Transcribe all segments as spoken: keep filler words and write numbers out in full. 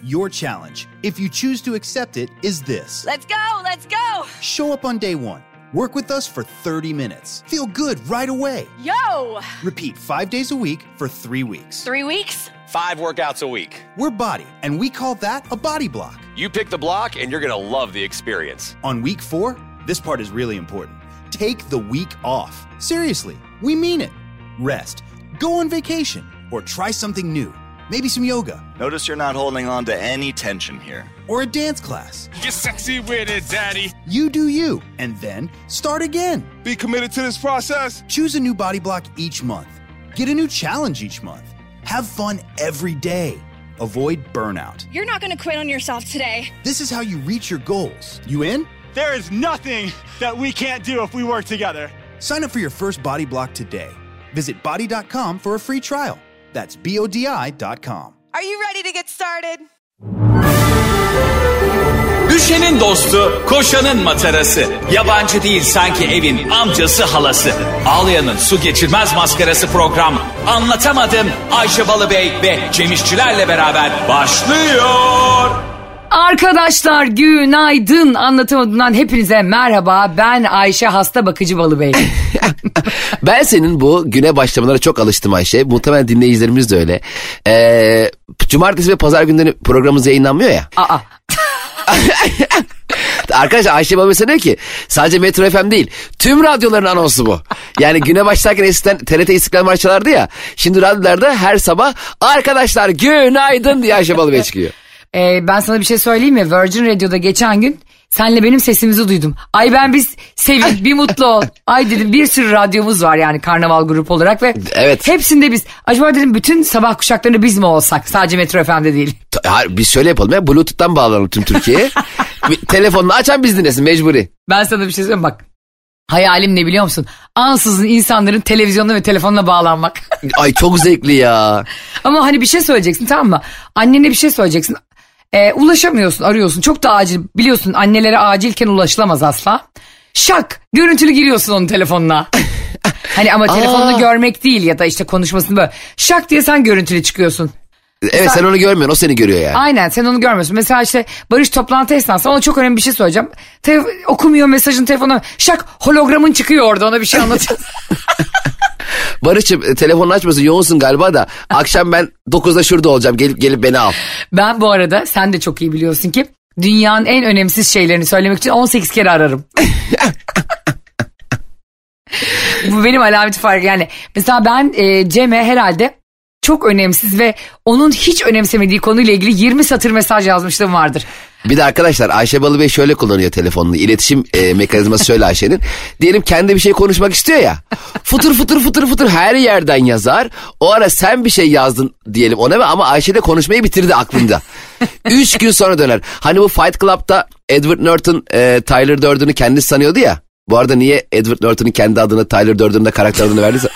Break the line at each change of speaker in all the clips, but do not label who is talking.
your challenge, if you choose to accept it, is this.
Let's go, let's go!
Show up on day one. Work with us for thirty minutes. Feel good right away.
Yo!
Repeat five days a week for three weeks.
Three weeks?
Five workouts a week.
We're Body, and we call that a body block.
You pick the block, and you're going to love the experience.
On week four, this part is really important. Take the week off. Seriously, we mean it. Rest, go on vacation, or try something new. Maybe some yoga.
Notice you're not holding on to any tension here.
Or a dance class.
Get sexy with it, daddy.
You do you, and then start again.
Be committed to this process.
Choose a new body block each month. Get a new challenge each month. Have fun every day. Avoid burnout.
You're not going to quit on yourself today.
This is how you reach your goals. You in?
There is nothing that we can't do if we work together.
Sign up for your first body block today. Visit body dot com for a free trial. That's B O D I dot com.
Are you ready to get started?
Düşenin dostu, koşanın matarası. Yabancı değil sanki evin amcası halası. Ağlayanın su geçirmez maskarası program. Anlatamadım Ayşe Balıbey ve Cem İşçilerle beraber başlıyor.
Arkadaşlar günaydın, Anlatamadığımdan hepinize merhaba. Ben Ayşe Hasta Bakıcı Balıbey.
Ben senin bu güne başlamalara çok alıştım Ayşe. Muhtemelen dinleyicilerimiz de öyle. Ee, Cumartesi ve pazar günleri programımız yayınlanmıyor ya.
Aa.
Arkadaşlar Ayşe Balıbey sanıyor ki sadece Metro F M değil, tüm radyoların anonsu bu. Yani güne başlarken eskiden T R T İstiklal Marşı çalardı ya. Şimdi radyolarda her sabah arkadaşlar günaydın diye Ayşe Balıbey çıkıyor.
Ee, ben sana bir şey söyleyeyim mi? Virgin Radio'da geçen gün senle benim sesimizi duydum. Ay ben biz sevin bir mutlu ol. Ay dedim bir sürü radyomuz var yani Karnaval Grup olarak ve
evet.
Hepsinde biz. Acaba dedim bütün sabah kuşaklarını biz mi olsak? Sadece Metro F M'de değil.
Hayır, biz şöyle yapalım ya, Bluetooth'tan bağlanalım tüm Türkiye'ye. Telefonunu açan biz dinlesin mecburi.
Ben sana bir şey söyleyeyim bak. Hayalim ne biliyor musun? Ansızın insanların televizyonuna ve telefonuna bağlanmak.
Ay çok zevkli ya.
Ama hani bir şey söyleyeceksin, tamam mı? Annene bir şey söyleyeceksin. Ee, ulaşamıyorsun, arıyorsun. Çok da acil, biliyorsun annelere acilken ulaşılamaz asla. Şak, görüntülü giriyorsun onun telefonuna. Hani ama telefonunu görmek değil ya da işte konuşmasını böyle. Şak diye sen görüntülü çıkıyorsun.
Evet,
mesela,
sen onu görmüyorsun, o seni görüyor yani.
Aynen, sen onu görmüyorsun. Mesela işte Barış toplantı esnasında ona çok önemli bir şey söyleyeceğim. Te- okumuyor mesajın telefonuna. Şak, hologramın çıkıyor orada, ona bir şey anlatacağız.
Barış'cığım telefonunu açmasın, yoğunsun galiba da akşam ben dokuzda şurada olacağım, gelip gelip beni al.
Ben bu arada, sen de çok iyi biliyorsun ki dünyanın en önemsiz şeylerini söylemek için on sekiz kere ararım. Bu benim alameti farkı yani. Mesela ben e, Cem'e herhalde çok önemsiz ve onun hiç önemsemediği konuyla ilgili yirmi satır mesaj yazmışlığım vardır.
Bir de arkadaşlar Ayşe Balıbey şöyle kullanıyor telefonunu. İletişim e, mekanizması şöyle Ayşe'nin. Diyelim kendi bir şey konuşmak istiyor ya. Fıtır fıtır fıtır fıtır her yerden yazar. O ara sen bir şey yazdın diyelim ona ama Ayşe de konuşmayı bitirdi aklında. Üç gün sonra döner. Hani bu Fight Club'da Edward Norton e, Tyler Durden'ı kendisi sanıyordu ya. Bu arada niye Edward Norton'un kendi adını Tyler Durden'ın da karakter adını verdiyse...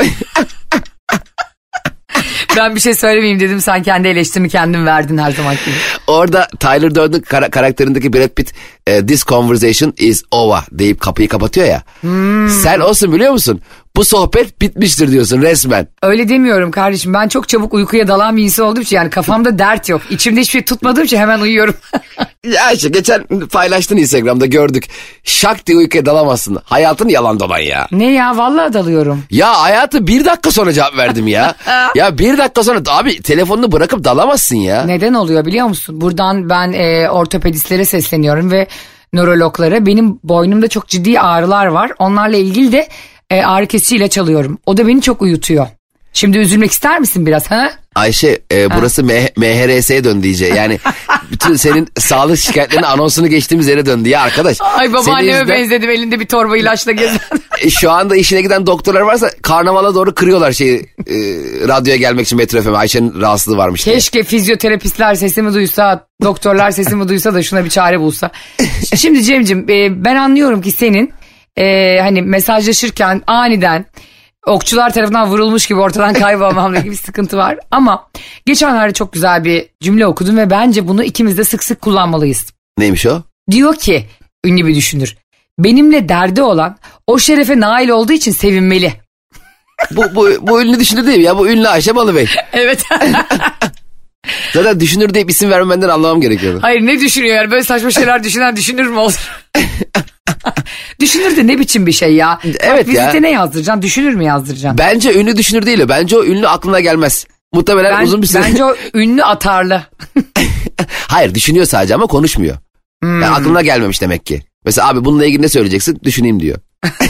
Ben bir şey söylemeyeyim dedim, sen kendi eleştirini kendin verdin her zaman gibi.
Orada Tyler Durden kar- karakterindeki Brad Pitt e, "This conversation is over" deyip kapıyı kapatıyor ya. Hmm. Sen olsun biliyor musun? Bu sohbet bitmiştir diyorsun resmen.
Öyle demiyorum kardeşim, ben çok çabuk uykuya dalan bir insan olduğum için yani kafamda dert yok. İçimde hiçbir şey tutmadığım için hemen uyuyorum.
Ya işte geçen paylaştın Instagram'da gördük. Şak diye uykuya dalamazsın. Hayatın yalan dolan ya.
Ne ya, vallahi dalıyorum.
Ya hayatı bir dakika sonra cevap verdim ya. Ya bir dakika sonra abi telefonunu bırakıp dalamazsın ya.
Neden oluyor biliyor musun? Buradan ben e, ortopedistlere sesleniyorum ve nörologlara. Benim boynumda çok ciddi ağrılar var. Onlarla ilgili de e, ağrı kesici ilaç alıyorum. O da beni çok uyutuyor. Şimdi üzülmek ister misin biraz ha?
Ayşe e, burası M- MHRS'ye döndü iyice. Yani bütün senin sağlık şikayetlerinin anonsunu geçtiğimiz yere döndü ya arkadaş.
Ay babaanneme yüzden... benzedim, elinde bir torba ilaçla gezen.
E, şu anda işine giden doktorlar varsa karnavala doğru kırıyorlar şeyi e, radyoya gelmek için Metro F M. Ayşe'nin rahatsızlığı varmış diye.
Keşke fizyoterapistler sesimi duysa, doktorlar sesimi duysa da şuna bir çare bulsa. Şimdi Cem'ciğim e, ben anlıyorum ki senin e, hani mesajlaşırken aniden okçular tarafından vurulmuş gibi ortadan kaybolmamla gibi bir sıkıntı var. Ama geçenlerde çok güzel bir cümle okudum ve bence bunu ikimiz de sık sık kullanmalıyız.
Neymiş o?
Diyor ki ünlü bir düşünür, benimle derdi olan o şerefe nail olduğu için sevinmeli.
Bu, bu, bu ünlü düşünür değil mi ya? Bu ünlü Ayşe Balıbey.
Evet.
Zaten düşünür deyip isim vermemenden anlamam gerekiyordu.
Hayır, ne düşünüyor yani? Böyle saçma şeyler düşünen düşünür mü olur? Düşünür de ne biçim bir şey ya?
Evet
Bak,
ya.
vizite ne yazdıracaksın? Düşünür mü yazdıracaksın?
Bence ünlü düşünür değil o. Bence o ünlü aklına gelmez. Muhtemelen
Ben,
uzun bir süre.
bence o ünlü atarlı.
Hayır, düşünüyor sadece ama konuşmuyor.
Hmm.
Yani aklına gelmemiş demek ki. Mesela abi bununla ilgili ne söyleyeceksin? Düşüneyim diyor.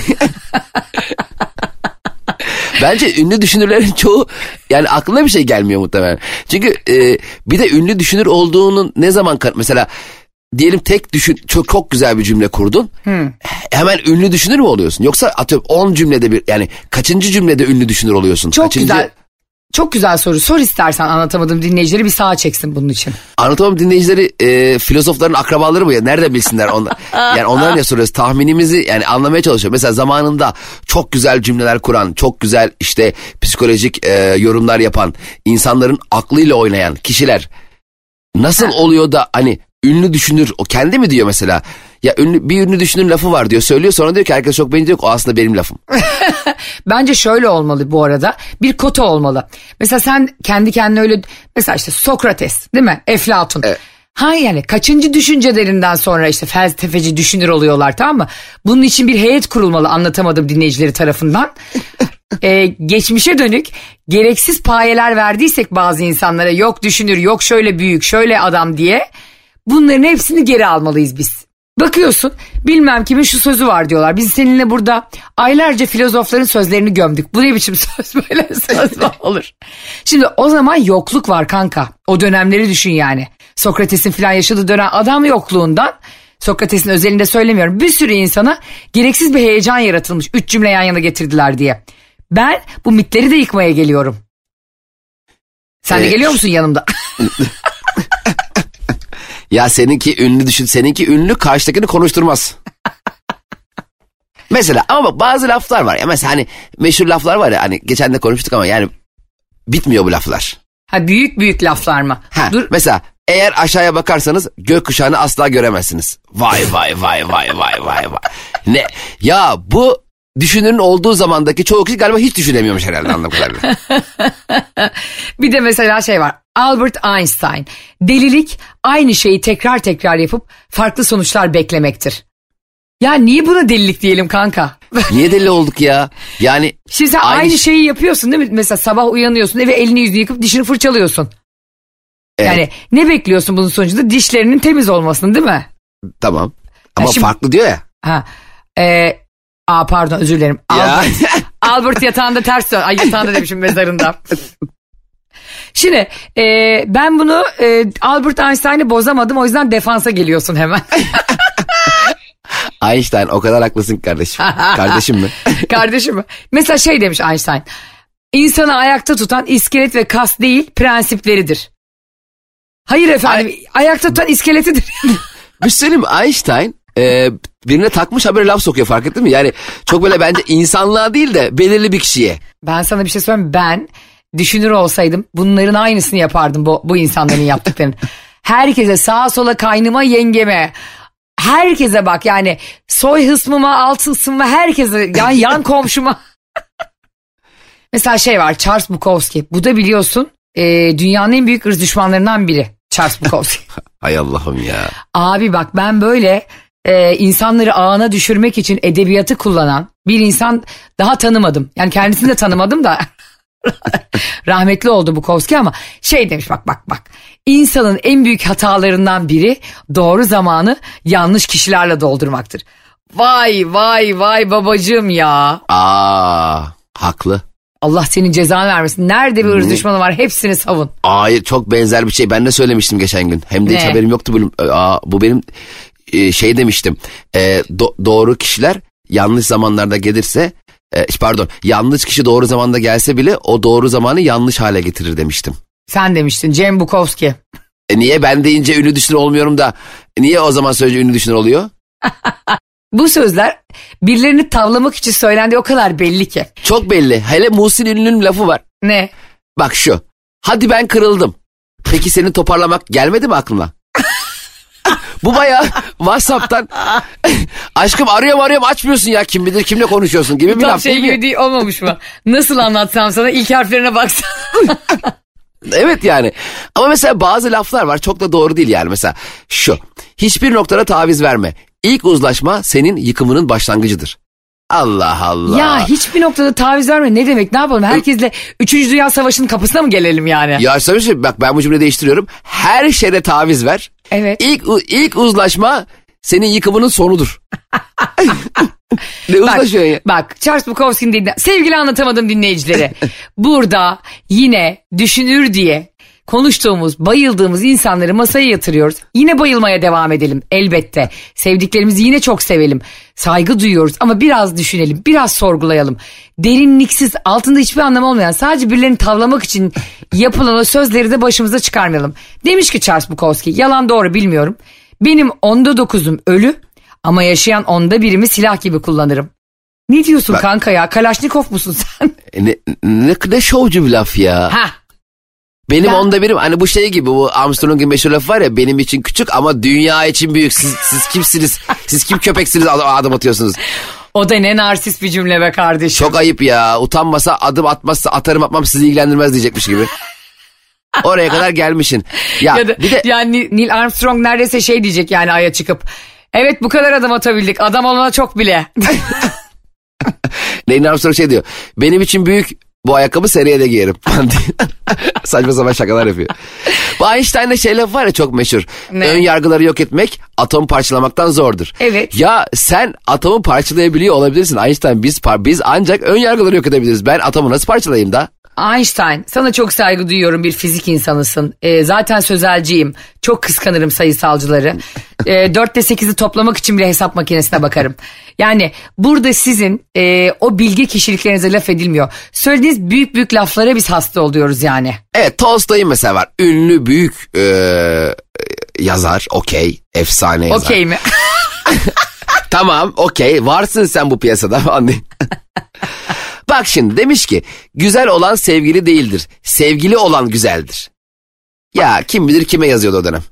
Bence ünlü düşünürlerin çoğu yani aklına bir şey gelmiyor muhtemelen. Çünkü e, bir de ünlü düşünür olduğunun ne zaman mesela diyelim tek düşün çok çok güzel bir cümle kurdun. Hmm. Hemen ünlü düşünür mü oluyorsun? Yoksa atıyorum on cümlede bir yani kaçıncı cümlede ünlü düşünür oluyorsun?
Çok
kaçıncı...
güzel. Çok güzel soru. Sor istersen, anlatamadım dinleyicileri bir sağa çeksin bunun için.
Anlatamam dinleyicileri e, filozofların akrabaları mı ya? Nerede bilsinler onlar? Yani onlara ne soruyoruz? Tahminimizi yani anlamaya çalışıyor. Mesela zamanında çok güzel cümleler kuran, çok güzel işte psikolojik e, yorumlar yapan, insanların aklıyla oynayan kişiler nasıl oluyor da hani ünlü düşünür, o kendi mi diyor mesela? Ya ünlü, bir ünlü düşünür lafı var diyor, söylüyor, sonra diyor ki herkes çok beğeniyor, o aslında benim lafım.
Bence şöyle olmalı bu arada, bir kota olmalı. Mesela sen kendi kendine öyle, mesela işte Sokrates değil mi, Eflatun. Evet. Ha yani kaçıncı düşüncelerinden sonra işte felsefeci düşünür oluyorlar, tamam mı? Bunun için bir heyet kurulmalı, anlatamadım dinleyicileri tarafından. ee, geçmişe dönük gereksiz payeler verdiysek bazı insanlara, yok düşünür, yok şöyle büyük, şöyle adam diye, bunların hepsini geri almalıyız biz. Bakıyorsun bilmem kimin şu sözü var diyorlar. Biz seninle burada aylarca filozofların sözlerini gömdük. Bu ne biçim söz, böyle söz mü olur? Şimdi o zaman yokluk var kanka. O dönemleri düşün yani. Sokrates'in falan yaşadığı dönem, adam yokluğundan, Sokrates'in özelinde söylemiyorum, bir sürü insana gereksiz bir heyecan yaratılmış. Üç cümle yan yana getirdiler diye. Ben bu mitleri de yıkmaya geliyorum. Sen de
ee,
geliyor musun yanımda?
Ya seninki ünlü düşün, seninki ünlü karşıdakini konuşturmaz. Mesela ama bak bazı laflar var ya, mesela hani meşhur laflar var ya, hani geçen de konuştuk ama yani bitmiyor bu laflar.
Ha, büyük büyük laflar mı?
Ha,
Dur.
mesela eğer aşağıya bakarsanız gökkuşağını asla göremezsiniz. Vay vay vay vay vay vay vay. Ne? Ya bu düşünürün olduğu zamandaki çoğu kişi galiba hiç düşünemiyormuş herhalde, anladığım kadarıyla.
Bir de mesela şey var, Albert Einstein. Delilik aynı şeyi tekrar tekrar yapıp farklı sonuçlar beklemektir. Ya niye buna delilik diyelim kanka?
Niye deli olduk ya? Yani
şimdi sen aynı,
aynı
şeyi yapıyorsun değil mi? Mesela sabah uyanıyorsun, eve elini yüzünü yıkıp dişini fırçalıyorsun.
Evet.
Yani ne bekliyorsun bunun sonucunda? Dişlerinin temiz olmasını değil mi?
Tamam. Ama
ya şimdi,
farklı diyor ya.
Ha. Eee Aa pardon, özür dilerim. Albert, Albert yatağında ters dön. Ay yatağında demişim, mezarında. Şimdi e, ben bunu e, Albert Einstein'ı bozamadım, o yüzden defansa geliyorsun hemen.
Einstein o kadar haklısın kardeşim. Kardeşim mi?
Kardeşim mi? Mesela şey demiş Einstein. İnsanı ayakta tutan iskelet ve kas değil, prensipleridir. Hayır efendim, Ay- ayakta tutan iskeletidir.
Bir söyleyeyim mi? Einstein e, birine takmış haberi laf sokuyor, fark ettin mi? Yani çok böyle bence insanlığa değil de belirli bir kişiye.
Ben sana bir şey söyleyeyim, ben düşünür olsaydım bunların aynısını yapardım, bu, bu insanların yaptıklarını. Herkese, sağa sola, kaynıma, yengeme, herkese bak yani, soy hısmıma, alt hısmıma, herkese, yan, yan komşuma. Mesela şey var, Charles Bukowski. Bu da biliyorsun e, dünyanın en büyük ırz düşmanlarından biri. Charles Bukowski.
Hay Allah'ım ya.
Abi bak, ben böyle e, insanları ağına düşürmek için edebiyatı kullanan bir insan daha tanımadım. Yani kendisini de tanımadım da rahmetli oldu Bukowski, ama şey demiş, bak bak bak. İnsanın en büyük hatalarından biri doğru zamanı yanlış kişilerle doldurmaktır. Vay vay vay babacığım ya.
Aa, haklı.
Allah senin cezanı vermesin. Nerede bir ırz düşmanı var, hepsini savun.
Hayır, çok benzer bir şey ben de söylemiştim geçen gün. Hem de
ne?
Hiç haberim yoktu. Bölüm. Aa, bu benim e, şey demiştim. E, do- doğru kişiler yanlış zamanlarda gelirse, e, pardon yanlış kişi doğru zamanda gelse bile o doğru zamanı yanlış hale getirir demiştim.
Sen demiştin Cem Bukowski.
E niye ben deyince ünlü düşünür olmuyorum da niye o zaman söyleyince ünlü düşünür oluyor?
Bu sözler birilerini tavlamak için söylendiği o kadar belli ki.
Çok belli. Hele Muhsin Ünlü'nün lafı var.
Ne?
Bak şu. Hadi ben kırıldım. Peki seni toparlamak gelmedi mi aklına? Bu bayağı WhatsApp'tan aşkım arıyorum arıyorum açmıyorsun ya, kim bilir kimle konuşuyorsun gibi bir
Tam
laf
şey
değil mi?
gibi değil, olmamış mı? Nasıl anlatsam sana, ilk harflerine baksana.
Evet yani. Ama mesela bazı laflar var çok da doğru değil yani. Mesela şu. Hiçbir noktada taviz verme. İlk uzlaşma senin yıkımının başlangıcıdır. Allah Allah.
Ya hiçbir noktada taviz verme ne demek, ne yapalım? Herkesle üçüncü Dünya Savaşı'nın kapısına mı gelelim yani?
Ya söyle şey, bak ben bu cümleyi değiştiriyorum. Her şeyde taviz ver.
Evet.
İlk, ilk uzlaşma senin yıkımının sonudur. Ne uzlaşıyorsun ya?
Bak Charles Bukowski'nin dinle. Sevgili anlatamadım dinleyicileri. Burada yine düşünür diye konuştuğumuz, bayıldığımız insanları masaya yatırıyoruz. Yine bayılmaya devam edelim elbette. Sevdiklerimizi yine çok sevelim. Saygı duyuyoruz ama biraz düşünelim, biraz sorgulayalım. Derinliksiz, altında hiçbir anlamı olmayan, sadece birilerini tavlamak için yapılan o sözleri de başımıza çıkarmayalım. Demiş ki Charles Bukowski, yalan doğru bilmiyorum. Benim onda dokuzum ölü ama yaşayan onda birimi silah gibi kullanırım. Ne diyorsun Bak, kanka ya? Kalaşnikov musun sen?
Ne, ne, ne şovcu bir laf ya.
Ha.
Benim
ben...
onda birim hani bu şey gibi, bu Armstrong'un meşhur lafı var ya, benim için küçük ama dünya için büyük. Siz, siz kimsiniz? Siz kim köpeksiniz adım atıyorsunuz?
O da ne narsist bir cümle be kardeşim.
Çok ayıp ya, utanmasa adım atmazsa atarım atmam sizi ilgilendirmez diyecekmiş gibi. Oraya kadar gelmişsin. Ya,
ya da,
bir de...
yani Neil Armstrong neredeyse şey diyecek yani aya çıkıp. Evet bu kadar adım atabildik, adam olana çok bile.
Neil Armstrong şey diyor, benim için büyük, bu ayakkabı seneye de giyerim. Saçma sapan şakalar yapıyor. Bu Einstein'da şey lafı var ya çok meşhur. Ne? Ön yargıları yok etmek atom parçalamaktan zordur.
Evet.
Ya sen atomu parçalayabiliyor olabilirsin Einstein. Biz biz ancak ön yargıları yok edebiliriz. Ben atomu nasıl parçalayayım da?
Einstein, sana çok saygı duyuyorum, bir fizik insanısın. Ee, zaten sözelciyim. Çok kıskanırım sayısalcıları. Ee, dörtte sekizi toplamak için bile hesap makinesine bakarım. Yani burada sizin e, o bilgi kişiliklerinize laf edilmiyor. Söylediğiniz büyük büyük laflara biz hasta oluyoruz yani.
Evet, Tolstoy'un mesela var. Ünlü büyük e, yazar, okey, efsane yazar.
Okey mi?
Tamam, okey, varsın sen bu piyasada falan diye. Bak şimdi demiş ki, güzel olan sevgili değildir, sevgili olan güzeldir. Ya kim bilir kime yazıyordu o dönem.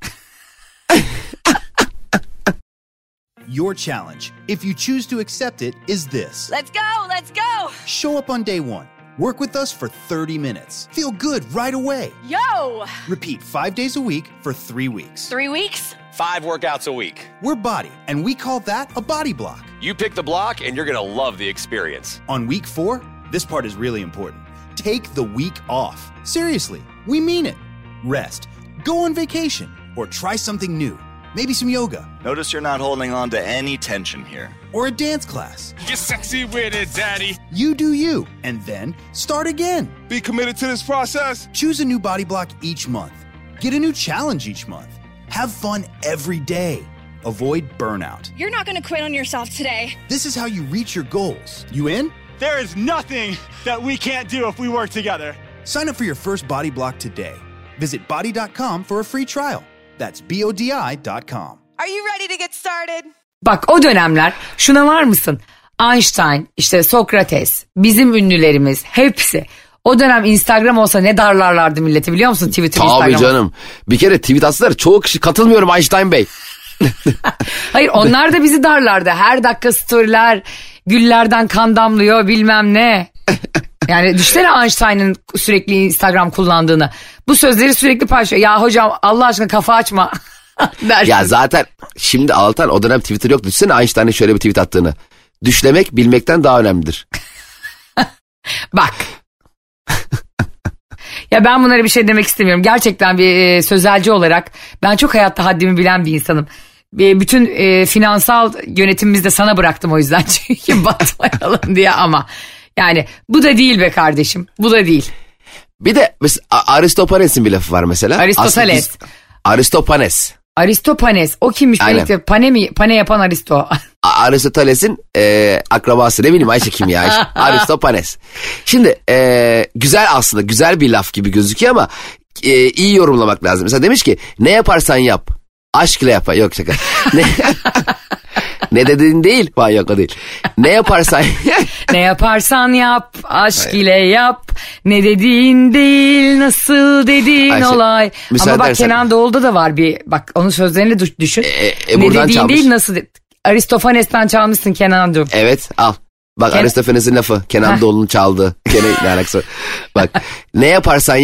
Your challenge, if you choose to accept it, is this.
Let's go, let's go.
Show up on day one. Work with us for thirty minutes. Feel good right away.
Yo!
Repeat five days a week for three weeks.
Three weeks?
Five workouts a week.
We're Body, and we call that a body block.
You pick the block, and you're going to love the experience.
On week four, this part is really important. Take the week off. Seriously, we mean it. Rest, go on vacation, or try something new. Maybe some yoga.
Notice you're not holding on to any tension here.
Or a dance class.
Get sexy with it, daddy.
You do you, and then start again.
Be committed to this process.
Choose a new body block each month. Get a new challenge each month. Have fun every day. Avoid burnout.
You're not going to quit on yourself today.
This is how you reach your goals. You in?
There is nothing that we can't do if we work together.
Sign up for your first body block today. Visit body dot com for a free trial. That's B O D I dot com.
Are you ready to get started?
Bak o dönemler şuna var mısın? Einstein, işte Sokrates, bizim ünlülerimiz hepsi. O dönem Instagram olsa ne darlarlardı milleti biliyor musun? Twitter,
Tabii
Instagram.
Tabii canım. Bir kere tweet atsalar çoğu kişi katılmıyorum Einstein Bey.
Hayır, onlar da bizi darlardı. Her dakika storyler, güllerden kan damlıyor bilmem ne. Yani düşünsene Einstein'ın sürekli Instagram kullandığını. Bu sözleri sürekli paylaşıyor. Ya hocam Allah aşkına kafa açma.
Ya zaten şimdi Altan o dönem Twitter yok. Düşünsene Einstein'ın şöyle bir tweet attığını. Düşlemek bilmekten daha önemlidir.
Bak. Ya ben bunlara bir şey demek istemiyorum. Gerçekten bir e, sözelci olarak ben çok hayatta haddimi bilen bir insanım. E, bütün e, finansal yönetimimizi de sana bıraktım o yüzden. Çünkü batmayalım diye ama. Yani bu da değil be kardeşim. Bu da değil.
Bir de mesela Aristofanes'in bir lafı var mesela.
Aristoteles.
Biz, Aristofanes.
Aristofanes. O kimmiş? Birlikte pane mi? Pane yapan Aristo.
Aristoteles'in e, akrabası, ne bileyim Ayşe kim ya? Aristofanes. Şimdi e, güzel aslında, güzel bir laf gibi gözüküyor ama e, iyi yorumlamak lazım. Mesela demiş ki ne yaparsan yap. Aşk ile yap. Yok şaka. Ne, ne dediğin değil. Vay yok o değil. Ne yaparsan
ne yaparsan yap. Aşk Hayır. ile yap. Ne dediğin değil. Nasıl dediğin Ayşe, olay. Ama bak dersen... Kenan Doğulu'da da var bir. Bak onun sözlerini düşün. E, e, ne dediğin çalmış. Değil nasıl. Aristofanes'ten çalmışsın Kenan Doğulu.
Evet al. Bak Ken... Aristofanes'in lafı. Kenan Doğulu'nun çaldığı. Kenan ne alakası. Bak ne yaparsan yap.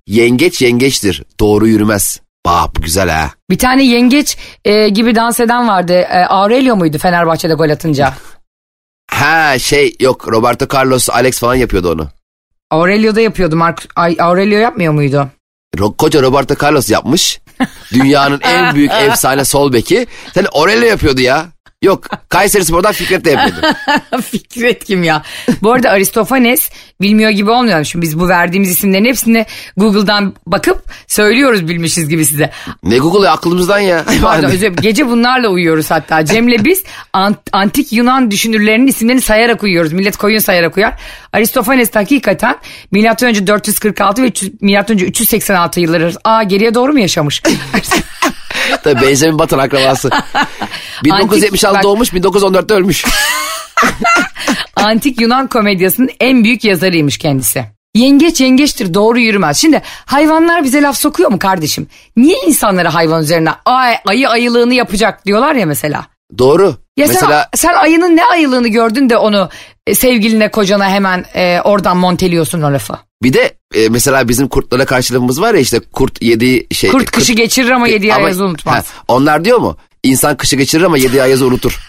Yengeç yengeçtir, doğru yürümez. Bak bu güzel ha.
Bir tane yengeç e, gibi dans eden vardı. E, Aurelio muydu Fenerbahçe'de gol atınca?
Ha şey yok, Roberto Carlos, Alex falan yapıyordu onu.
Aurelio da yapıyordu. Mark, Aurelio yapmıyor muydu?
Koca Roberto Carlos yapmış. Dünyanın en büyük efsane sol beki. Sen Aurelio yapıyordu ya. Yok, Kayserispor'dan Fikret de yapıyordu.
Fikret kim ya? Bu arada Aristofanes bilmiyor gibi olmuyor. Şimdi biz bu verdiğimiz isimlerin hepsini Google'dan bakıp söylüyoruz bilmişiz gibi size.
Ne Google'ı aklımızdan ya.
Pardon, özür, gece bunlarla uyuyoruz hatta. Cem'le biz ant, antik Yunan düşünürlerinin isimlerini sayarak uyuyoruz. Millet koyun sayarak uyar. Aristofanes hakikaten milattan önce dört yüz kırk altı ve milattan önce üç yüz seksen altı yılları. Aa, geriye doğru mu yaşamış?
Tabii Benjamin Button akrabası. bin dokuz yüz yetmiş altı doğmuş, bin dokuz yüz on dörtte ölmüş.
Antik Yunan komedyasının en büyük yazarıymış kendisi. Yengeç yengeçtir, doğru yürümez. Şimdi hayvanlar bize laf sokuyor mu kardeşim? Niye insanlara hayvan üzerine ay ayı ayılığını yapacak diyorlar ya mesela.
Doğru.
Ya
mesela...
sen, sen ayının ne ayılığını gördün de onu e, sevgiline kocana hemen e, oradan monteliyorsun o lafı.
Bir de e, mesela bizim kurtlara karşılığımız var ya, işte kurt yediği şey.
Kurt kışı kurt, geçirir ama yediği ama, ayazı unutmaz.
He, onlar diyor mu? İnsan kışı geçirir ama yediği ayazı unutur.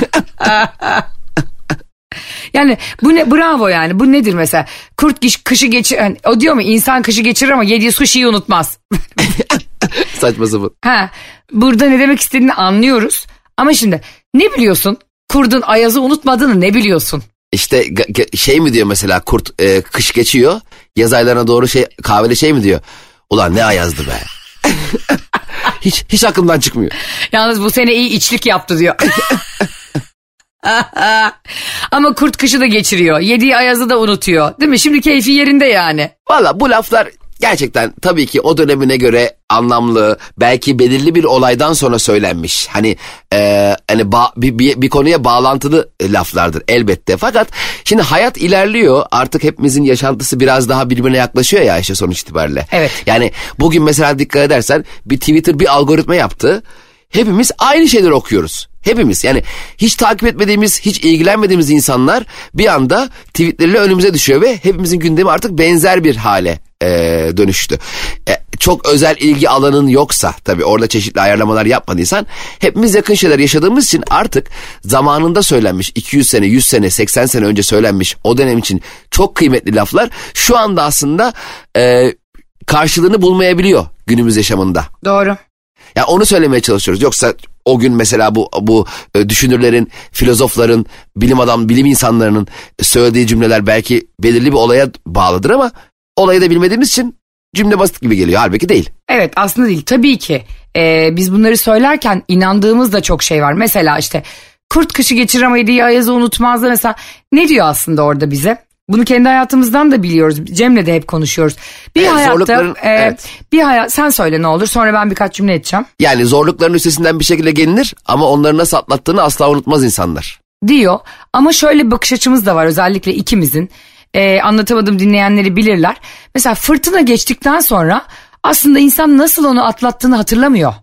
Yani bu ne, bravo yani, bu nedir mesela? Kurt kışı geçir, yani, o diyor mu insan kışı geçirir ama yediği sushi'yi unutmaz.
Saçma sapan.
Ha, burada ne demek istediğini anlıyoruz. Ama şimdi ne biliyorsun? Kurdun ayazı unutmadığını ne biliyorsun?
İşte şey mi diyor mesela, kurt e, kış geçiyor, yaz aylarına doğru şey kahveli şey mi diyor? Ulan ne ayazdı be. hiç hiç aklımdan çıkmıyor.
Yalnız bu sene iyi içlik yaptı diyor. Ama kurt kışı da geçiriyor. Yediği ayazı da unutuyor. Değil mi? Şimdi keyfi yerinde yani.
Valla bu laflar gerçekten tabii ki o dönemine göre anlamlı, belki belirli bir olaydan sonra söylenmiş. Hani e, hani ba- bir, bir, bir konuya bağlantılı laflardır elbette. Fakat şimdi hayat ilerliyor. Artık hepimizin yaşantısı biraz daha birbirine yaklaşıyor ya işte sonuç itibariyle.
Evet.
Yani bugün mesela dikkat edersen bir Twitter bir algoritma yaptı. Hepimiz aynı şeyleri okuyoruz. Hepimiz, yani hiç takip etmediğimiz, hiç ilgilenmediğimiz insanlar bir anda tweetleriyle önümüze düşüyor ve hepimizin gündemi artık benzer bir hale e, dönüştü. E, çok özel ilgi alanın yoksa, tabii orada çeşitli ayarlamalar yapmadıysan, hepimiz yakın şeyler yaşadığımız için artık zamanında söylenmiş iki yüz sene, yüz sene, seksen sene önce söylenmiş o dönem için çok kıymetli laflar şu anda aslında e, karşılığını bulmayabiliyor günümüz yaşamında.
Doğru.
Yani onu söylemeye çalışıyoruz. Yoksa o gün mesela bu bu düşünürlerin, filozofların, bilim adam, bilim insanlarının söylediği cümleler belki belirli bir olaya bağlıdır ama olayı da bilmediğimiz için cümle basit gibi geliyor. Halbuki değil.
Evet, aslında değil. Tabii ki ee, biz bunları söylerken inandığımız da çok şey var. Mesela işte kurt kışı geçiremediği ayazı unutmaz da mesela ne diyor aslında orada bize? Bunu kendi hayatımızdan da biliyoruz. Cem'le de hep konuşuyoruz. Bir
evet,
hayatta e,
evet.
bir hayat, sen söyle ne olur, sonra ben birkaç cümle edeceğim.
Yani zorlukların üstesinden bir şekilde gelinir ama onları nasıl atlattığını asla unutmaz insanlar.
Diyor ama şöyle bir bakış açımız da var, özellikle ikimizin. E, anlatamadım, dinleyenleri bilirler. Mesela fırtına geçtikten sonra aslında insan nasıl onu atlattığını hatırlamıyor.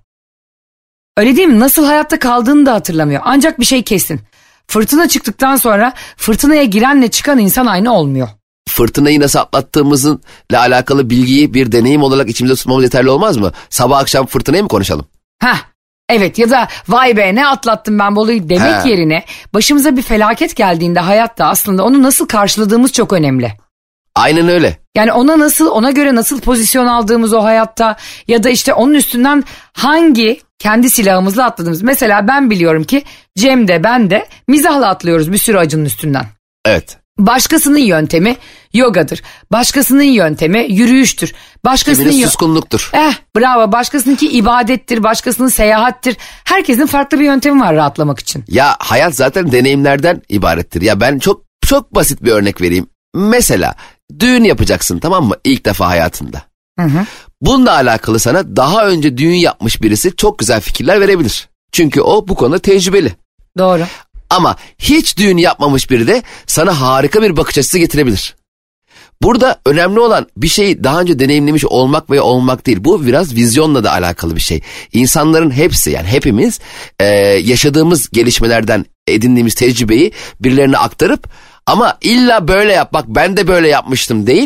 Öyle değil mi? Nasıl hayatta kaldığını da hatırlamıyor. Ancak bir şey kesin. Fırtına çıktıktan sonra fırtınaya girenle çıkan insan aynı olmuyor.
Fırtınayı nasıl atlattığımızla alakalı bilgiyi bir deneyim olarak içimizde tutmamız yeterli olmaz mı? Sabah akşam fırtınayı mı konuşalım?
Heh, evet, ya da vay be ne atlattım ben bu olayı demek He. yerine başımıza bir felaket geldiğinde hayatta aslında onu nasıl karşıladığımız çok önemli.
Aynen öyle.
Yani ona nasıl, ona göre nasıl pozisyon aldığımız o hayatta ya da işte onun üstünden hangi kendi silahımızla atladığımız. Mesela ben biliyorum ki Cem de ben de mizahla atlıyoruz bir sürü acının üstünden.
Evet.
Başkasının yöntemi yogadır. Başkasının yöntemi yürüyüştür. Başkasının
Kiminin suskunluktur.
Eh bravo. Başkasınınki ibadettir. Başkasının seyahattir. Herkesin farklı bir yöntemi var rahatlamak için.
Ya hayat zaten deneyimlerden ibarettir. Ya ben çok çok basit bir örnek vereyim. Mesela düğün yapacaksın, tamam mı? İlk defa hayatında.
Hı hı.
Bununla alakalı sana daha önce düğün yapmış birisi çok güzel fikirler verebilir. Çünkü o bu konuda tecrübeli.
Doğru.
Ama hiç düğün yapmamış biri de sana harika bir bakış açısı getirebilir. Burada önemli olan bir şeyi daha önce deneyimlemiş olmak veya olmak değil. Bu biraz vizyonla da alakalı bir şey. İnsanların hepsi, yani hepimiz e, yaşadığımız gelişmelerden edindiğimiz tecrübeyi birilerine aktarıp ama illa böyle yap, bak ben de böyle yapmıştım değil.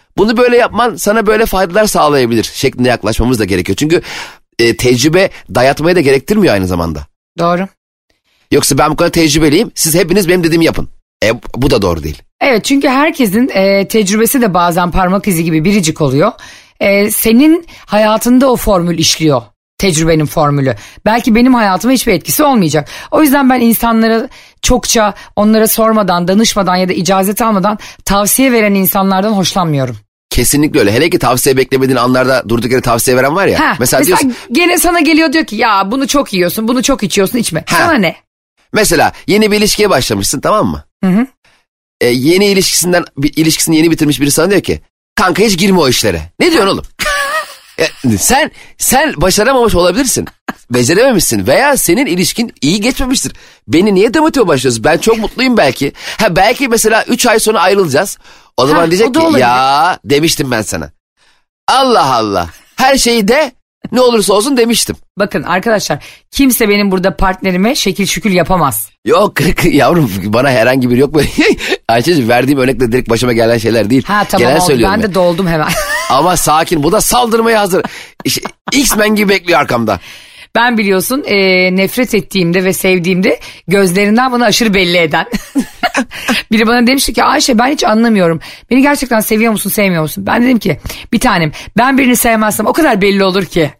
Bunu böyle yapman sana böyle faydalar sağlayabilir şeklinde yaklaşmamız da gerekiyor. Çünkü e, tecrübe dayatmayı da gerektirmiyor aynı zamanda.
Doğru.
Yoksa ben bu kadar tecrübeliyim, siz hepiniz benim dediğimi yapın. E, bu da doğru değil.
Evet, çünkü herkesin e, tecrübesi de bazen parmak izi gibi biricik oluyor. E, senin hayatında o formül işliyor. Tecrübenin formülü. Belki benim hayatıma hiçbir etkisi olmayacak. O yüzden ben insanlara çokça onlara sormadan, danışmadan ya da icazet almadan tavsiye veren insanlardan hoşlanmıyorum.
Kesinlikle öyle. Hele ki tavsiye beklemediğin anlarda durduk yere tavsiye veren var ya.
Ha,
mesela
mesela
diyorsun,
gene sana geliyor diyor ki ya bunu çok yiyorsun, bunu çok içiyorsun, içme.
Ha.
Sana ne?
Mesela yeni bir ilişkiye başlamışsın, tamam mı?
Hı hı.
Ee, yeni ilişkisinden bir ilişkisini yeni bitirmiş biri sana diyor ki kanka hiç girme o işlere. Ne diyorsun oğlum? e, sen sen başaramamış olabilirsin. Becerememişsin veya senin ilişkin iyi geçmemiştir. Beni niye demotive başlıyorsun? Ben çok mutluyum belki. Ha belki mesela üç ay sonra ayrılacağız. O zaman
Ha,
diyecek
o da
ki
olabilir.
ya demiştim ben sana. Allah Allah. Her şeyi de ne olursa olsun demiştim.
Bakın arkadaşlar, kimse benim burada partnerime şekil şükül yapamaz.
Yok yavrum, bana herhangi bir yok böyle. Ayşe'cim verdiğim örnekle direkt başıma gelen şeyler değil.
Ha tamam,
Genel
oldu.
söylüyorum
Ben
ben.
de doldum hemen.
Ama sakin, bu da saldırmaya hazır. İşte X-Men gibi bekliyor arkamda.
Ben biliyorsun e, nefret ettiğimde ve sevdiğimde gözlerinden bana aşırı belli eden. Biri bana demişti ki Ayşe ben hiç anlamıyorum. Beni gerçekten seviyor musun, sevmiyor musun? Ben dedim ki bir tanem, ben birini sevmezsem o kadar belli olur ki.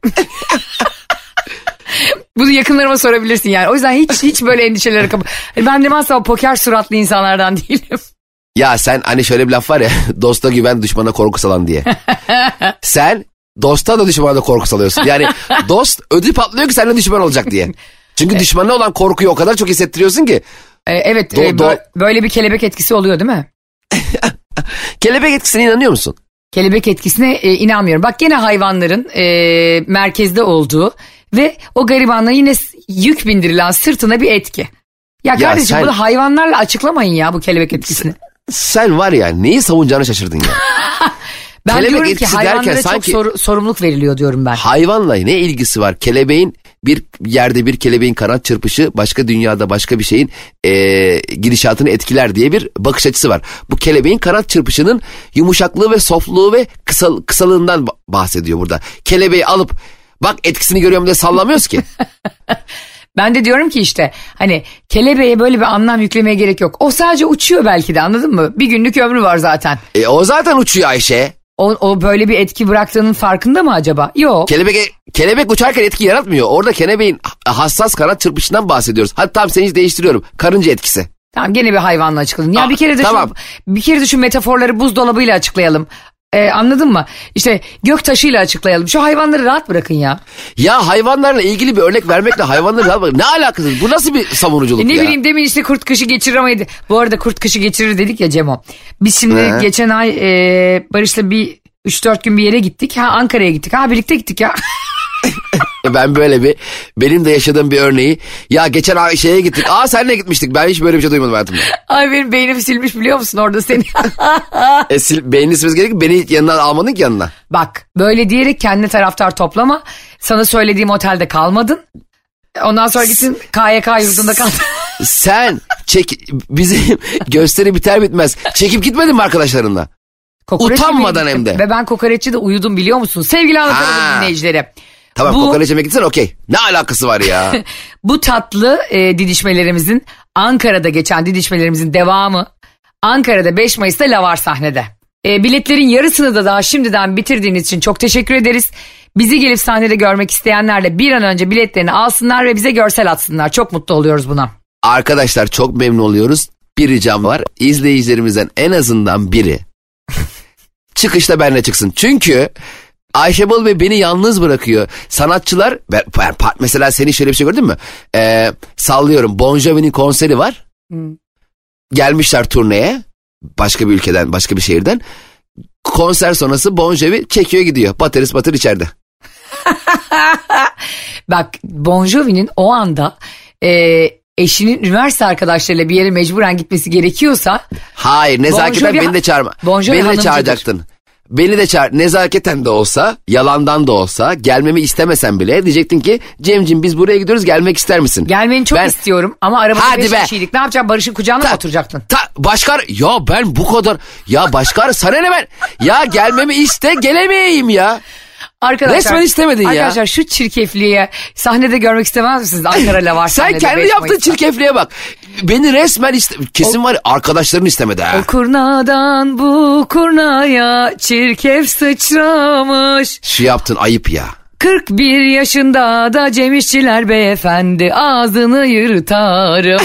Bunu yakınlarıma sorabilirsin yani. O yüzden hiç hiç böyle endişelere kapı. Ben dedim asla o poker suratlı insanlardan değilim.
Ya sen hani şöyle bir laf var ya, dosta güven düşmana korku salan diye. Sen dosta da düşmana da korku salıyorsun. Yani dost ödü patlıyor ki seninle düşman olacak diye. Çünkü düşmanına olan korkuyu o kadar çok hissettiriyorsun ki.
Ee, evet
Do-
e,
do-
bö- böyle bir kelebek etkisi oluyor değil mi?
Kelebek etkisine inanıyor musun?
Kelebek etkisine e, inanmıyorum. Bak gene hayvanların e, merkezde olduğu ve o garibanlara yine s- yük bindirilen sırtına bir etki. Ya kardeşim
sen-
bunu hayvanlarla açıklamayın ya bu kelebek etkisini.
Sen var ya neyi savunacağını şaşırdın ya.
Ben
kelebek
diyorum ki
etkisi
hayvanlara
derken
çok
sanki-
soru- sorumluluk veriliyor diyorum ben.
Hayvanla ne ilgisi var? Kelebeğin bir yerde bir kelebeğin kanat çırpışı başka dünyada başka bir şeyin eee, gidişatını etkiler diye bir bakış açısı var. Bu kelebeğin kanat çırpışının yumuşaklığı ve softluğu ve kısal, kısalığından ba- bahsediyor burada. Kelebeği alıp bak etkisini görüyorum diye sallamıyoruz ki.
Ben de diyorum ki işte hani kelebeğe böyle bir anlam yüklemeye gerek yok. O sadece uçuyor belki de, anladın mı? Bir günlük ömrü var zaten.
E, o zaten uçuyor Ayşe.
O, o böyle bir etki bıraktığının farkında mı acaba? Yok.
Kelebek, kelebek uçarken etki yaratmıyor. Orada kelebeğin hassas kanat çırpışından bahsediyoruz. Hadi tamam seni hiç değiştiriyorum. Karınca etkisi.
Tamam gene bir hayvanla açıklayalım. Ya
Aa,
bir kere de
tamam.
şu, bir kere de şu metaforları buzdolabıyla açıklayalım. Ee, anladın mı? İşte gök taşıyla açıklayalım. Şu hayvanları rahat bırakın ya.
Ya hayvanlarla ilgili bir örnek vermekle hayvanları rahat bırak- ne alakası? Bu nasıl bir savunuculuk
E ne
ya?
bileyim demin işte kurt kışı geçiremedi. Bu arada kurt kışı geçirir dedik ya Cemo. Biz şimdi
He.
geçen ay e, Barış'la bir üç dört gün bir yere gittik. Ha Ankara'ya gittik. Ha birlikte gittik ya.
Ben böyle bir benim de yaşadığım bir örneği. Ya geçen ay şeye gittik. Aa senle gitmiştik. Ben hiç böyle bir şey duymadım hayatımda.
Ay benim beynim silmiş biliyor musun orada seni.
E, sil, beynini silmesi gerek ki beni yanına almadın ki yanına.
Bak böyle diyerek kendine taraftar toplama. Sana söylediğim otelde kalmadın. Ondan sonra gittin K Y K yurdunda kaldın.
Sen çek bizim gösteri biter bitmez çekip gitmedin mi arkadaşlarınla?
Kokoreç
Utanmadan
yemeğe
hem
gittim.
de.
Ve ben kokoreççi de uyudum biliyor musun? Sevgili anlatalım
Ha.
dinleyicilere.
Tamam
Bu-
kokoreç yemek gitsen okey. Ne alakası var ya?
Bu tatlı e, didişmelerimizin, Ankara'da geçen didişmelerimizin devamı Ankara'da beş Mayıs'ta Lavar sahnede. E, biletlerin yarısını da daha şimdiden bitirdiğiniz için çok teşekkür ederiz. Bizi gelip sahnede görmek isteyenlerle bir an önce biletlerini alsınlar ve bize görsel atsınlar. Çok mutlu oluyoruz buna.
Arkadaşlar çok memnun oluyoruz. Bir ricam var. İzleyicilerimizden en azından biri çıkışta benimle çıksın. Çünkü Ayşe Balıbey beni yalnız bırakıyor. Sanatçılar ben, ben, mesela senin şöyle bir şey gördün mü? Ee, sallıyorum Bon Jovi'nin konseri var.
Hmm.
Gelmişler turneye. Başka bir ülkeden, başka bir şehirden. Konser sonrası Bon Jovi çekiyor gidiyor. Baterist batır içeride.
Bak Bon Jovi'nin o anda e, eşinin üniversite arkadaşlarıyla bir yere mecburen gitmesi gerekiyorsa
Hayır nezaketen
Bon Jovi-
beni de çağırma.
Bon Jovi
Beni de
hanımcıdır.
çağıracaktın. beni de çağır, nezaketen de olsa, yalandan da olsa, gelmemi istemesen bile diyecektin ki Cem'cim biz buraya gidiyoruz, gelmek ister misin?
Gelmeni çok
ben...
istiyorum ama arabada
Hadi
beş
be.
kişiydik. Ne yapacaksın? Barış'ın kucağına
ta,
mı oturacaktın?
Ta, başkar ya ben bu kadar ya başkar sana ne ben ya gelmemi iste gelemeyeyim ya.
Arkadaşlar,
resmen istemedin
arkadaşlar,
ya.
Arkadaşlar şu çirkefliğe sahnede görmek istemez misiniz? Ankara Lavaş
Sen
sahnede
kendi
beş
yaptığın
Mayıs'ta.
çirkefliğe bak. Beni resmen iste kesin o, var ya, arkadaşların istemedi ha.
O kurnadan bu kurnaya çirkef sıçramış.
Şu yaptın ayıp ya.
kırk bir yaşında da Cem İşçiler beyefendi ağzını yırtarım.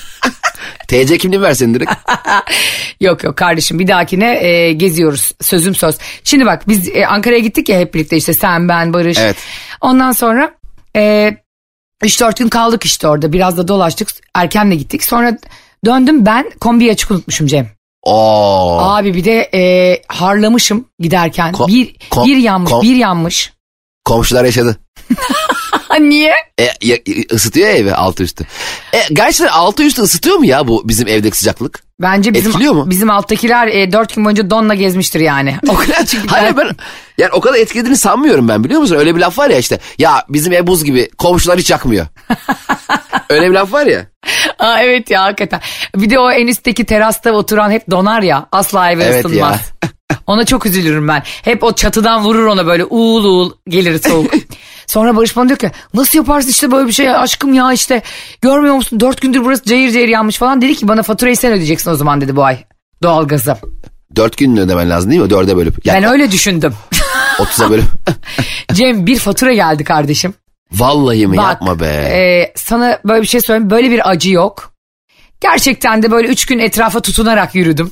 T C kimliği versen direkt.
Yok yok kardeşim, bir dahakine e, geziyoruz, sözüm söz. Şimdi bak biz e, Ankara'ya gittik ya hep birlikte, işte sen, ben, Barış.
Evet.
Ondan sonra e, üç dört gün kaldık işte orada, biraz da dolaştık, erken de gittik. Sonra döndüm, ben kombiyi açık unutmuşum Cem.
Oo.
Abi bir de e, harlamışım giderken.
Ko-
bir
ko-
bir yanmış
ko-
bir yanmış.
Komşular yaşadı.
Niye?
E, ya, ısıtıyor ya evi altı üstü. E, gerçekten altı üstü ısıtıyor mu ya bu bizim evdeki sıcaklık?
Bence bizim
etkiliyor mu?
bizim alttakiler e, dört gün boyunca donla gezmiştir yani. O kadar çünkü
Hayır ben yani o kadar etkilediğini sanmıyorum ben, biliyor musun? Öyle bir laf var ya işte, ya bizim ev buz gibi, komşular hiç yakmıyor. Öyle bir laf var ya.
Aa, evet ya hakikaten. Bir de o en üstteki terasta oturan hep donar ya, asla eve
Evet
ısınmaz. Ona çok üzülürüm ben. Hep o çatıdan vurur ona böyle, uğul uğul gelir soğuk. Sonra Barış bana diyor ki nasıl yaparsın işte böyle bir şey aşkım ya, işte görmüyor musun dört gündür burası cayır cayır yanmış falan. Dedi ki bana faturayı sen ödeyeceksin o zaman dedi bu ay doğalgazı.
Dört gün ödemen lazım değil mi? Dörde bölüp. Yani
ben öyle düşündüm.
otuza bölüp.
Cem bir fatura geldi kardeşim.
Vallahi mi?
Bak,
yapma be.
E, sana böyle bir şey söyleyeyim, böyle bir acı yok. Gerçekten de böyle üç gün etrafa tutunarak yürüdüm.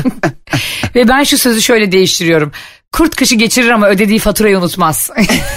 Ve ben şu sözü şöyle değiştiriyorum. Kurt kışı geçirir ama ödediği faturayı unutmaz.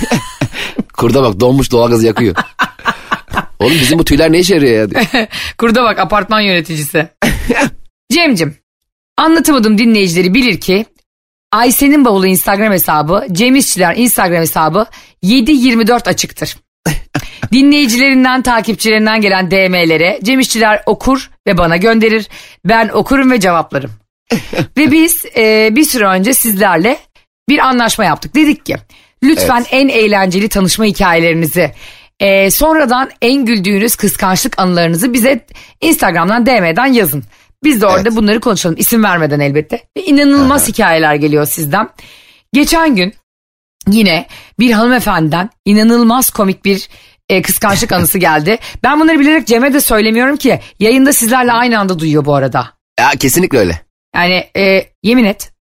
Kurda bak, donmuş doğalgazı yakıyor. Oğlum bizim bu tüyler ne işe yarıyor ya?
Kurda bak, apartman yöneticisi. Cem'cim, anlatamadım, dinleyicileri bilir ki Ayşe'nin bavulu Instagram hesabı, Cem İşçiler Instagram hesabı yedi yirmi dört açıktır. Dinleyicilerinden, takipçilerinden gelen D M'lere Cem İşçiler okur ve bana gönderir. Ben okurum ve cevaplarım. Ve biz e, bir süre önce sizlerle bir anlaşma yaptık. Dedik ki lütfen evet. en eğlenceli tanışma hikayelerinizi, e, sonradan en güldüğünüz kıskançlık anılarınızı bize Instagram'dan D M'den yazın. Biz de orada evet. bunları konuşalım. İsim vermeden elbette. Ve inanılmaz hikayeler geliyor sizden. Geçen gün yine bir hanımefendiden inanılmaz komik bir e, kıskançlık anısı geldi. Ben bunları bilerek Cem'e de söylemiyorum ki yayında sizlerle aynı anda duyuyor bu arada.
Ya kesinlikle öyle.
Yani e, yemin et.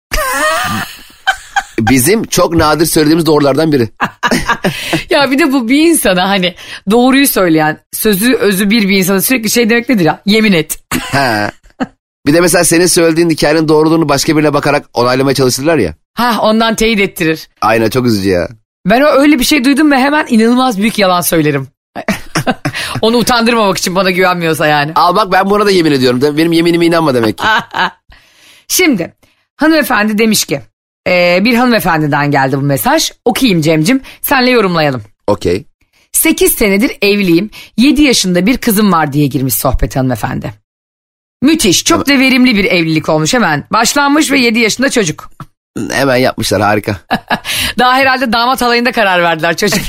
Bizim çok nadir söylediğimiz doğrulardan biri.
Ya bir de bu bir insana hani doğruyu söyleyen, sözü özü bir bir insana sürekli şey demek nedir ya? Yemin et.
Ha. Bir de mesela senin söylediğin hikayenin doğruluğunu başka birine bakarak onaylamaya çalışırlar ya.
Ha, ondan teyit ettirir.
Aynen, çok üzücü ya.
Ben o öyle bir şey duydum ve hemen inanılmaz büyük yalan söylerim. Onu utandırmamak için, bana güvenmiyorsa yani.
Al bak, ben buna da yemin ediyorum. Benim yeminime inanma demek ki.
Şimdi hanımefendi demiş ki e, bir hanımefendiden geldi bu mesaj. Okuyayım Cem'cim, senle yorumlayalım.
Okey.
sekiz senedir evliyim, yedi yaşında bir kızım var diye girmiş sohbet hanımefendi. Müthiş, çok da verimli bir evlilik olmuş, hemen başlanmış ve yedi yaşında çocuk.
Hemen yapmışlar, harika.
Daha herhalde damat alayında karar verdiler çocuk.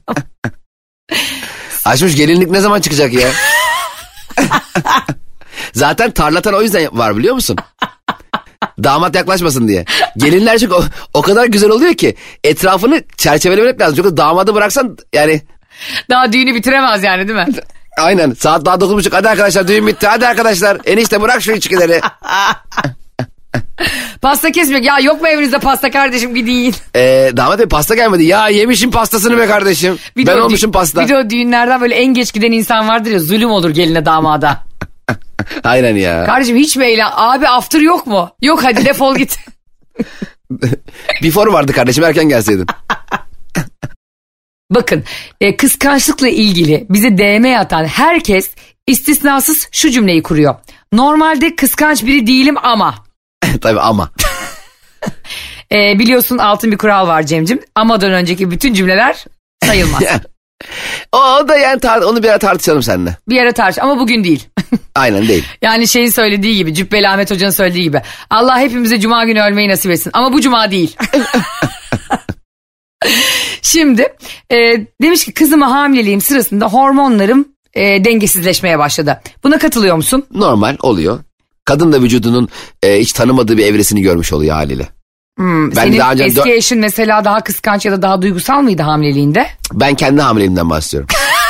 Açmış, gelinlik ne zaman çıkacak ya? Zaten tarlatan o yüzden var, biliyor musun? Damat yaklaşmasın diye. Gelinler çünkü o, o kadar güzel oluyor ki etrafını çerçevelemek lazım. Çünkü damadı bıraksan yani.
Daha düğünü bitiremez yani, değil mi?
Aynen, saat daha dokuz buçuk, hadi arkadaşlar düğün bitti, hadi arkadaşlar enişte bırak şu içkileri.
Pasta kesmek ya, yok mu evinizde pasta kardeşim, gidin yiyin.
Ee, damat bey pasta gelmedi ya, yemişim pastasını be kardeşim. Bir ben olmuşum pasta.
Bir de o düğünlerden böyle en geç giden insan vardır ya, zulüm olur geline damada.
Aynen ya.
Kardeşim hiç mi eğlen, abi after yok mu? Yok, hadi defol git.
Before vardı kardeşim, erken gelseydin.
Bakın e, kıskançlıkla ilgili bize D M atan herkes istisnasız şu cümleyi kuruyor. Normalde kıskanç biri değilim ama.
Tabii ama.
e, biliyorsun altın bir kural var Cem'cim. Amadan önceki bütün cümleler sayılmaz.
O, o da yani tar- onu bir ara tartışalım seninle.
Bir ara tartış ama bugün değil.
Aynen değil.
Yani şeyin söylediği gibi, Cübbeli Ahmet Hoca'nın söylediği gibi. Allah hepimize cuma günü ölmeyi nasip etsin. Ama bu cuma değil. Şimdi e, demiş ki kızıma hamileliğim sırasında hormonlarım e, dengesizleşmeye başladı. Buna katılıyor musun?
Normal oluyor. Kadın da vücudunun e, hiç tanımadığı bir evresini görmüş oluyor haliyle.
Hmm,
Ben
senin
daha önce
eski
dö-
eşin mesela daha kıskanç ya da daha duygusal mıydı hamileliğinde?
Ben kendi hamileliğimden bahsediyorum.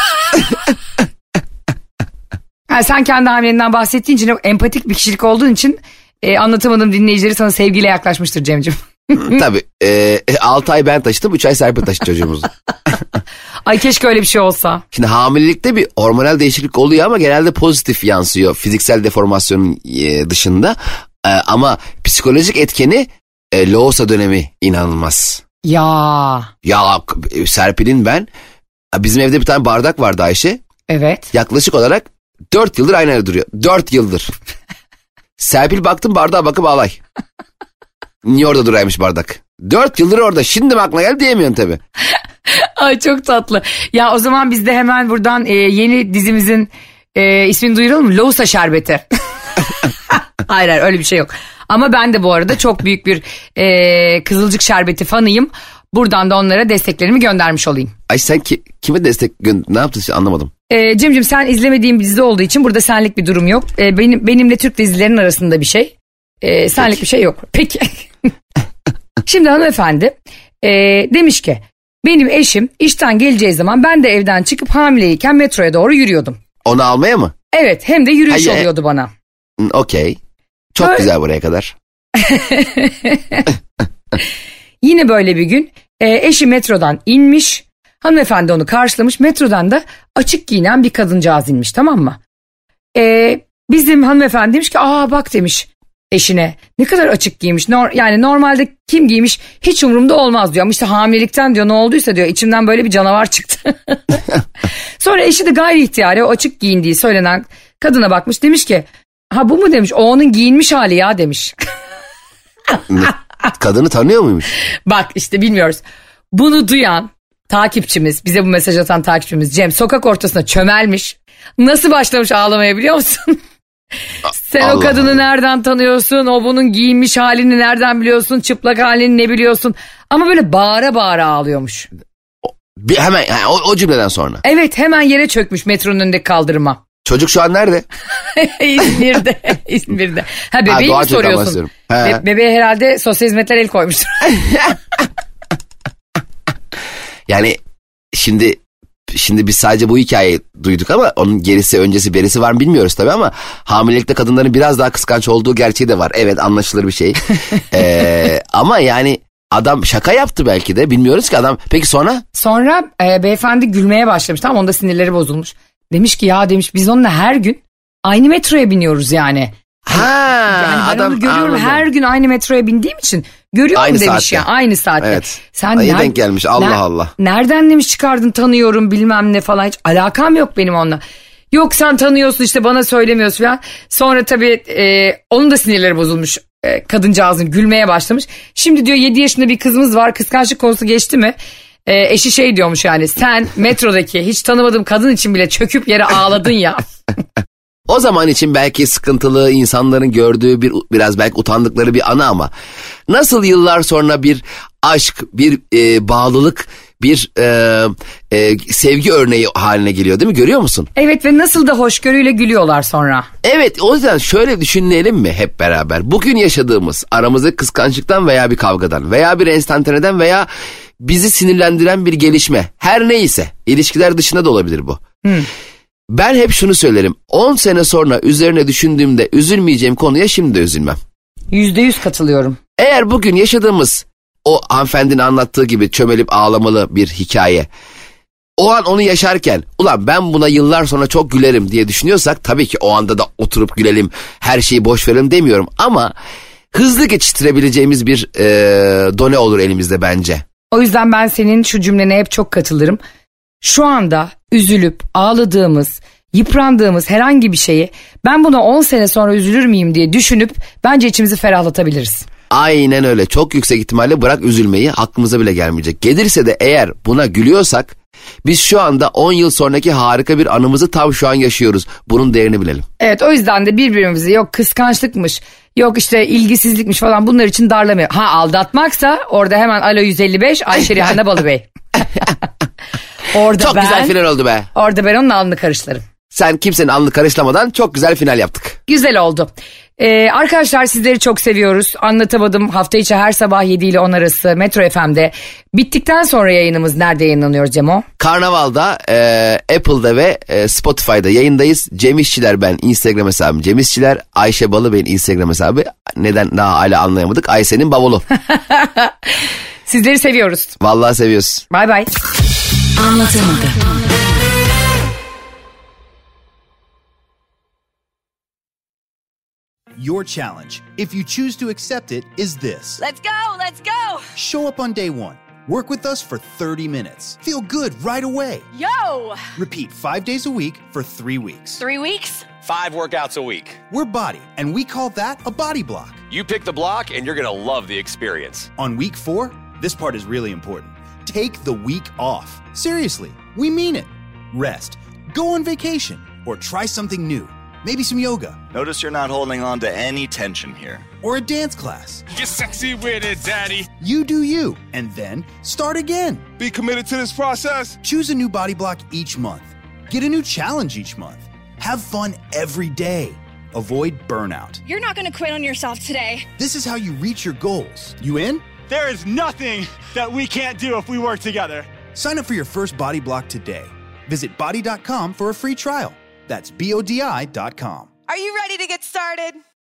Ha, sen kendi hamileliğinden bahsettiğin için, empatik bir kişilik olduğun için e, anlatamadığım dinleyicileri sana sevgiyle yaklaşmıştır Cem'ciğim.
Tabii. E, altı ay ben taşıdım, üç ay Serpil taşıdı çocuğumuzu.
Ay keşke öyle bir şey olsa.
Şimdi hamilelikte bir hormonal değişiklik oluyor ama genelde pozitif yansıyor. Fiziksel deformasyonun e, dışında. E, ama psikolojik etkeni e, Loosa dönemi inanılmaz.
Ya.
Ya Serpil'in ben, bizim evde bir tane bardak vardı Ayşe.
Evet.
Yaklaşık olarak dört yıldır aynı yerde duruyor. Dört yıldır. Serpil baktım bardağa bakıp ağlay. Niye orada duraymış bardak? Dört yıldır orada. Şimdi mi aklına geldi diyemiyorsun tabii.
Ay çok tatlı. Ya o zaman biz de hemen buradan e, yeni dizimizin e, ismini duyuralım mı? Loosa Şerbeti. Hayır hayır öyle bir şey yok. Ama ben de bu arada çok büyük bir e, Kızılcık Şerbeti fanıyım. Buradan da onlara desteklerimi göndermiş olayım.
Ay sen ki, kime destek gö- ne yaptın anlamadım.
E, Cem'ciğim sen izlemediğin bir dizi olduğu için burada senlik bir durum yok. E, benim benimle Türk dizilerinin arasında bir şey. E, senlik Peki. bir şey yok. Peki. Şimdi hanımefendi e, demiş ki benim eşim işten geleceği zaman ben de evden çıkıp hamileyken metroya doğru yürüyordum.
Onu almaya mı?
Evet, hem de yürüyüş
Hayır,
oluyordu bana.
Okey. Çok Böyle... güzel buraya kadar.
Yine böyle bir gün e, eşi metrodan inmiş. Hanımefendi onu karşılamış. Metrodan da açık giyinen bir kadıncağız inmiş, tamam mı? E, bizim hanımefendi demiş ki aa bak demiş eşine, ne kadar açık giymiş. Nor- yani normalde kim giymiş hiç umurumda olmaz diyor. Ama işte hamilelikten diyor ne olduysa diyor içimden böyle bir canavar çıktı. Sonra eşi de gayri ihtiyari o açık giyindiği söylenen kadına bakmış, demiş ki ha bu mu demiş, o onun giyinmiş hali ya demiş.
Kadını tanıyor muymuş?
Bak işte bilmiyoruz. Bunu duyan takipçimiz, bize bu mesaj atan takipçimiz Cem sokak ortasına çömelmiş. Nasıl başlamış ağlamaya biliyor musun? Sen Allah o kadını Allah. Nereden tanıyorsun? O bunun giyinmiş halini nereden biliyorsun? Çıplak halini ne biliyorsun? Ama böyle bağıra bağıra ağlıyormuş.
Bir, hemen yani o, o cümleden sonra.
Evet, hemen yere çökmüş metronun önündeki kaldırıma.
Çocuk şu an nerede?
İzmir'de. İzmir'de. Ha bebeği ha, mi soruyorsun? Be- bebeğe herhalde sosyal hizmetler el koymuştur.
Yani şimdi şimdi biz sadece bu hikayeyi duyduk ama onun gerisi öncesi berisi var mı bilmiyoruz tabii, ama hamilelikte kadınların biraz daha kıskanç olduğu gerçeği de var. Evet, anlaşılır bir şey. ee, ama yani adam şaka yaptı belki de, bilmiyoruz ki adam. Peki sonra?
Sonra e, beyefendi gülmeye başlamış, tamam, onda sinirleri bozulmuş. Demiş ki ya demiş biz onunla her gün aynı metroya biniyoruz yani.
Ha,
yani ben
adam,
onu görüyorum
anladım.
Her gün aynı metroya bindiğim için görüyorum aynı demiş saatte. Ya aynı saatte.
Evet.
Sen
iyi
ner-
denk gelmiş Allah
ner-
Allah.
Nereden demiş çıkardın, tanıyorum bilmem ne falan, hiç alakam yok benim onunla. Yok sen tanıyorsun işte bana söylemiyorsun falan. Sonra tabii e, onun da sinirleri bozulmuş. E, kadıncağızın gülmeye başlamış. Şimdi diyor yedi yaşında bir kızımız var, kıskançlık konusu geçti mi? E, eşi şey diyormuş yani, sen metrodaki hiç tanımadığım kadın için bile çöküp yere ağladın ya.
O zaman için belki sıkıntılı, insanların gördüğü bir biraz belki utandıkları bir anı, ama nasıl yıllar sonra bir aşk, bir e, bağlılık, bir e, e, sevgi örneği haline geliyor değil mi? Görüyor musun?
Evet, ve nasıl da hoşgörüyle gülüyorlar sonra.
Evet, o yüzden şöyle düşünelim mi hep beraber? Bugün yaşadığımız aramızdaki kıskançlıktan veya bir kavgadan veya bir enstantaneden veya bizi sinirlendiren bir gelişme, her neyse, ilişkiler dışında da olabilir bu. Hmm. Ben hep şunu söylerim, on sene sonra üzerine düşündüğümde üzülmeyeceğim konuya şimdi de üzülmem.
Yüzde yüz katılıyorum.
Eğer bugün yaşadığımız o hanımefendinin anlattığı gibi çömelip ağlamalı bir hikaye, o an onu yaşarken ulan ben buna yıllar sonra çok gülerim diye düşünüyorsak, tabii ki o anda da oturup gülelim, her şeyi boş verelim demiyorum, ama hızlı geçiştirebileceğimiz bir e, done olur elimizde bence.
O yüzden ben senin şu cümlene hep çok katılırım. Şu anda üzülüp ağladığımız, yıprandığımız herhangi bir şeyi ben buna on sene sonra üzülür müyüm diye düşünüp bence içimizi ferahlatabiliriz.
Aynen öyle. Çok yüksek ihtimalle bırak üzülmeyi, aklımıza bile gelmeyecek. Gelirse de eğer buna gülüyorsak Biz şu anda on yıl sonraki harika bir anımızı tam şu an yaşıyoruz. Bunun değerini bilelim.
Evet, o yüzden de birbirimizi yok kıskançlıkmış, yok işte ilgisizlikmiş falan bunlar için darlamıyor. Ha, aldatmaksa orada hemen alo yüz elli beş Ayşe Rihanna Balıbey. Orada
Çok
ben,
güzel final oldu be.
Orada ben onun alnını karıştırırım.
Sen kimsenin alnını karışlamadan çok güzel final yaptık.
Güzel oldu. Ee, arkadaşlar sizleri çok seviyoruz. Anlatamadım hafta içi her sabah yedi ile on arası Metro F M'de. Bittikten sonra yayınımız nerede yayınlanıyor Cemo?
Karnaval'da, e, Apple'da ve e, Spotify'da yayındayız. Cem İşçiler ben Instagram hesabım Cem İşçiler. Ayşe Balıbey'in Instagram hesabı. Neden daha hala anlayamadık. Ayşe'nin bavulu.
Sizleri seviyoruz.
Vallahi seviyoruz.
Bay bay.
Anlatamadım.
Your challenge, if you choose to accept it, is this.
Let's go, let's go.
Show up on day one. Work with us for thirty minutes. Feel good right away.
Yo.
Repeat five days a week for three weeks.
Three weeks?
Five workouts a week.
We're Body, and we call that a body block.
You pick the block, and you're going to love the experience.
On week four, this part is really important. Take the week off. Seriously, we mean it. Rest, go on vacation, or try something new. Maybe some yoga.
Notice you're not holding on to any tension here.
Or a dance class.
Get sexy with it, daddy.
You do you, and then start again.
Be committed to this process.
Choose a new body block each month. Get a new challenge each month. Have fun every day. Avoid burnout.
You're not going to quit on yourself today.
This is how you reach your goals. You in?
There is nothing that we can't do if we work together.
Sign up for your first body block today. Visit body dot com for a free trial. That's B O D I dot com.
Are you ready to get started?